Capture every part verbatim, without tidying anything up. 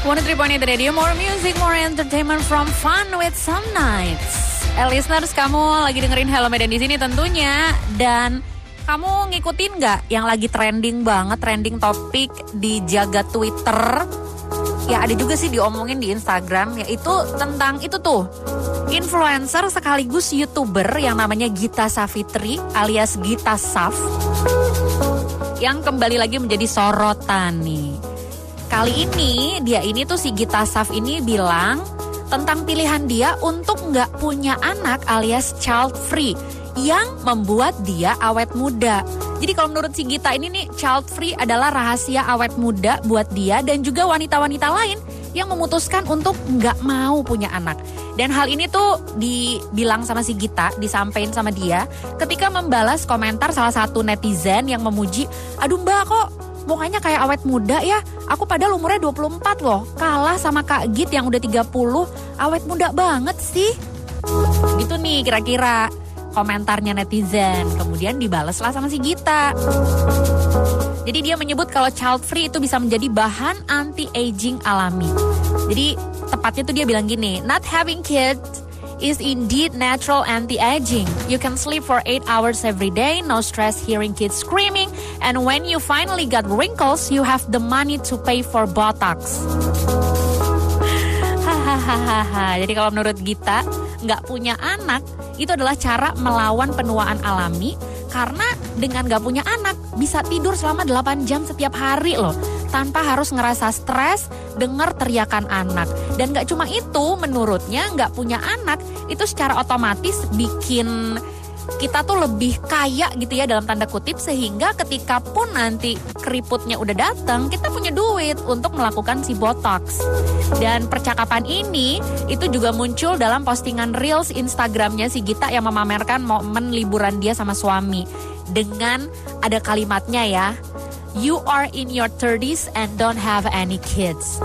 one oh three point eight Radio, more music, more entertainment from fun with some nights. Eh, listeners, kamu lagi dengerin Hello Medan di sini tentunya. Dan kamu ngikutin nggak yang lagi trending banget, trending topik di jagat Twitter? Ya ada juga sih diomongin di Instagram, yaitu tentang itu tuh. Influencer sekaligus YouTuber yang namanya Gita Savitri alias Gita Sav. Yang kembali lagi menjadi sorotan nih. Kali ini dia ini tuh si Gita Sav ini bilang tentang pilihan dia untuk nggak punya anak alias child free yang membuat dia awet muda. Jadi kalau menurut si Gita ini nih, child free adalah rahasia awet muda buat dia dan juga wanita-wanita lain yang memutuskan untuk nggak mau punya anak. Dan hal ini tuh dibilang sama si Gita, disampaikan sama dia ketika membalas komentar salah satu netizen yang memuji, aduh mbak kok mukanya kayak awet muda ya, aku padahal umurnya dua puluh empat loh, kalah sama Kak Git yang udah tiga puluh, awet muda banget sih. Gitu nih kira-kira komentarnya netizen, kemudian dibalaslah sama si Gita. Jadi dia menyebut kalau child free itu bisa menjadi bahan anti-aging alami. Jadi tepatnya tuh dia bilang gini, not having kids is indeed natural anti-aging. You can sleep for eight hours every day, no stress hearing kids screaming, and when you finally got wrinkles, you have the money to pay for Botox. Hahaha. Jadi kalau menurut Gita, nggak punya anak itu adalah cara melawan penuaan alami, karena dengan nggak punya anak bisa tidur selama delapan jam setiap hari loh, tanpa harus ngerasa stres dengar teriakan anak. Dan gak cuma itu, menurutnya gak punya anak itu secara otomatis bikin kita tuh lebih kaya gitu ya dalam tanda kutip, sehingga ketika pun nanti keriputnya udah datang, kita punya duit untuk melakukan si Botox. Dan percakapan ini itu juga muncul dalam postingan Reels Instagramnya si Gita yang memamerkan momen liburan dia sama suami. Dengan ada kalimatnya ya, you are in your thirties and don't have any kids.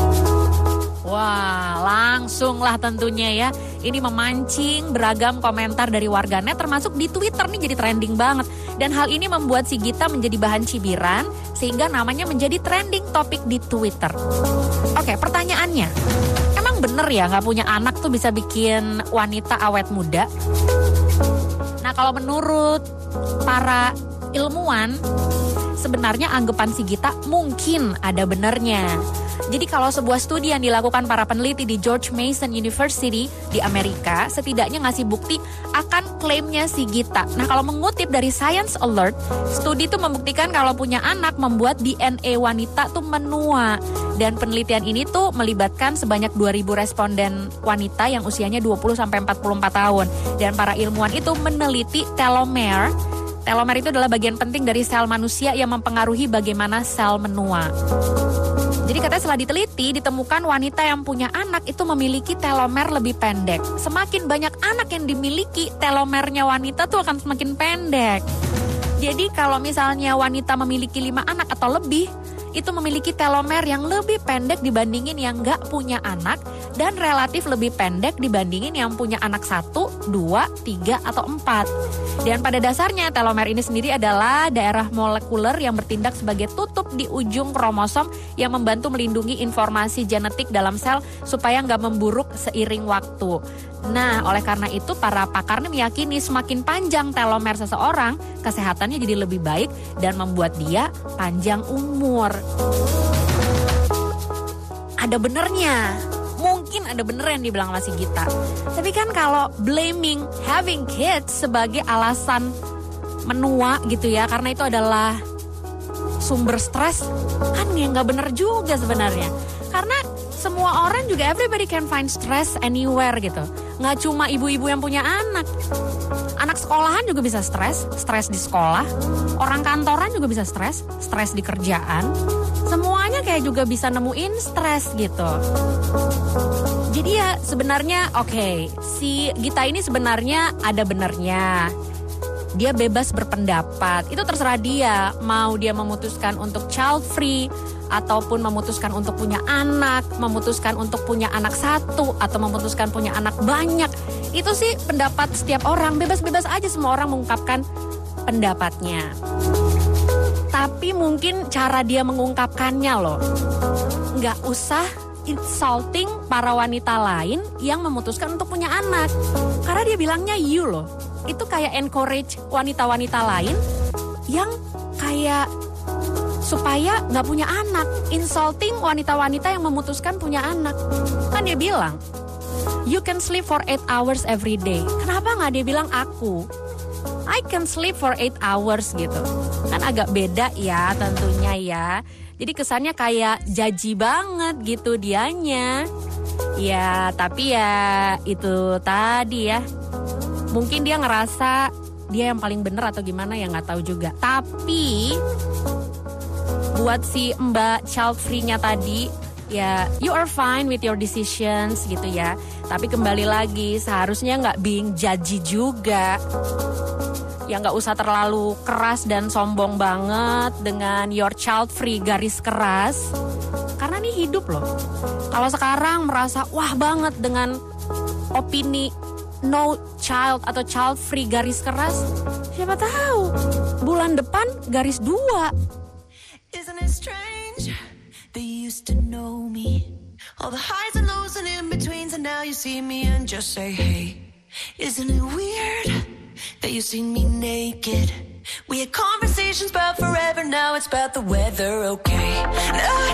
Wah, langsung lah tentunya ya. Ini memancing beragam komentar dari warganet, termasuk di Twitter nih jadi trending banget. Dan hal ini membuat si Gita menjadi bahan cibiran, sehingga namanya menjadi trending topik di Twitter. Oke, pertanyaannya, emang bener ya gak punya anak tuh bisa bikin wanita awet muda? Nah, kalau menurut para ilmuwan, sebenarnya anggapan si Gita mungkin ada benernya. Jadi kalau sebuah studi yang dilakukan para peneliti di George Mason University di Amerika setidaknya ngasih bukti akan klaimnya si Gita. Nah, kalau mengutip dari Science Alert, studi itu membuktikan kalau punya anak membuat D N A wanita tuh menua. Dan penelitian ini tuh melibatkan sebanyak dua ribu responden wanita yang usianya dua puluh sampai empat puluh empat tahun. Dan para ilmuwan itu meneliti telomer. Telomer itu adalah bagian penting dari sel manusia yang mempengaruhi bagaimana sel menua. Jadi katanya setelah diteliti, ditemukan wanita yang punya anak itu memiliki telomer lebih pendek. Semakin banyak anak yang dimiliki, telomernya wanita tuh akan semakin pendek. Jadi kalau misalnya wanita memiliki lima anak atau lebih, itu memiliki telomer yang lebih pendek dibandingin yang nggak punya anak, dan relatif lebih pendek dibandingin yang punya anak satu, dua, tiga, atau empat. Dan pada dasarnya telomer ini sendiri adalah daerah molekuler yang bertindak sebagai tutup di ujung kromosom yang membantu melindungi informasi genetik dalam sel supaya nggak memburuk seiring waktu. Nah, oleh karena itu para pakar ini meyakini semakin panjang telomer seseorang, kesehatannya jadi lebih baik dan membuat dia panjang umur. Ada benernya. Mungkin ada bener yang dibilang sama si Gita. Tapi kan kalau blaming having kids sebagai alasan menua gitu ya, karena itu adalah sumber stres, kan ya nggak bener juga sebenarnya. Karena semua orang juga, everybody can find stress anywhere gitu. Nggak cuma ibu-ibu yang punya anak. Anak sekolahan juga bisa stres, stres di sekolah. Orang kantoran juga bisa stres, stres di kerjaan. Semuanya kayak juga bisa nemuin stres gitu. Jadi ya sebenarnya oke, okay, si Gita ini sebenarnya ada benernya. Dia bebas berpendapat, itu terserah dia. Mau dia memutuskan untuk child free, ataupun memutuskan untuk punya anak, memutuskan untuk punya anak satu, atau memutuskan punya anak banyak. Itu sih pendapat setiap orang, bebas-bebas aja semua orang mengungkapkan pendapatnya. Tapi mungkin cara dia mengungkapkannya loh, nggak usah insulting para wanita lain yang memutuskan untuk punya anak. Karena dia bilangnya you loh. Itu kayak encourage wanita-wanita lain yang kayak supaya gak punya anak. Insulting wanita-wanita yang memutuskan punya anak. Kan dia bilang, you can sleep for eight hours every day. Kenapa gak dia bilang aku? I can sleep for eight hours gitu. Kan agak beda ya tentunya ya. Jadi kesannya kayak jaji banget gitu dianya. Ya tapi ya itu tadi ya. Mungkin dia ngerasa dia yang paling bener atau gimana ya gak tahu juga. Tapi buat si Mbak child free-nya tadi, ya you are fine with your decisions gitu ya. Tapi kembali lagi seharusnya gak being judgy juga. Ya gak usah terlalu keras dan sombong banget dengan your child free garis keras. Karena ini hidup loh. Kalau sekarang merasa wah banget dengan opini no child atau child free garis keras, siapa tahu bulan depan garis dua. Isn't it strange that you used to know me, all the highs and lows and in betweens, and now you see me and just say hey. Isn't it weird that you see me naked? We had conversations about forever, now it's about the weather, okay? And I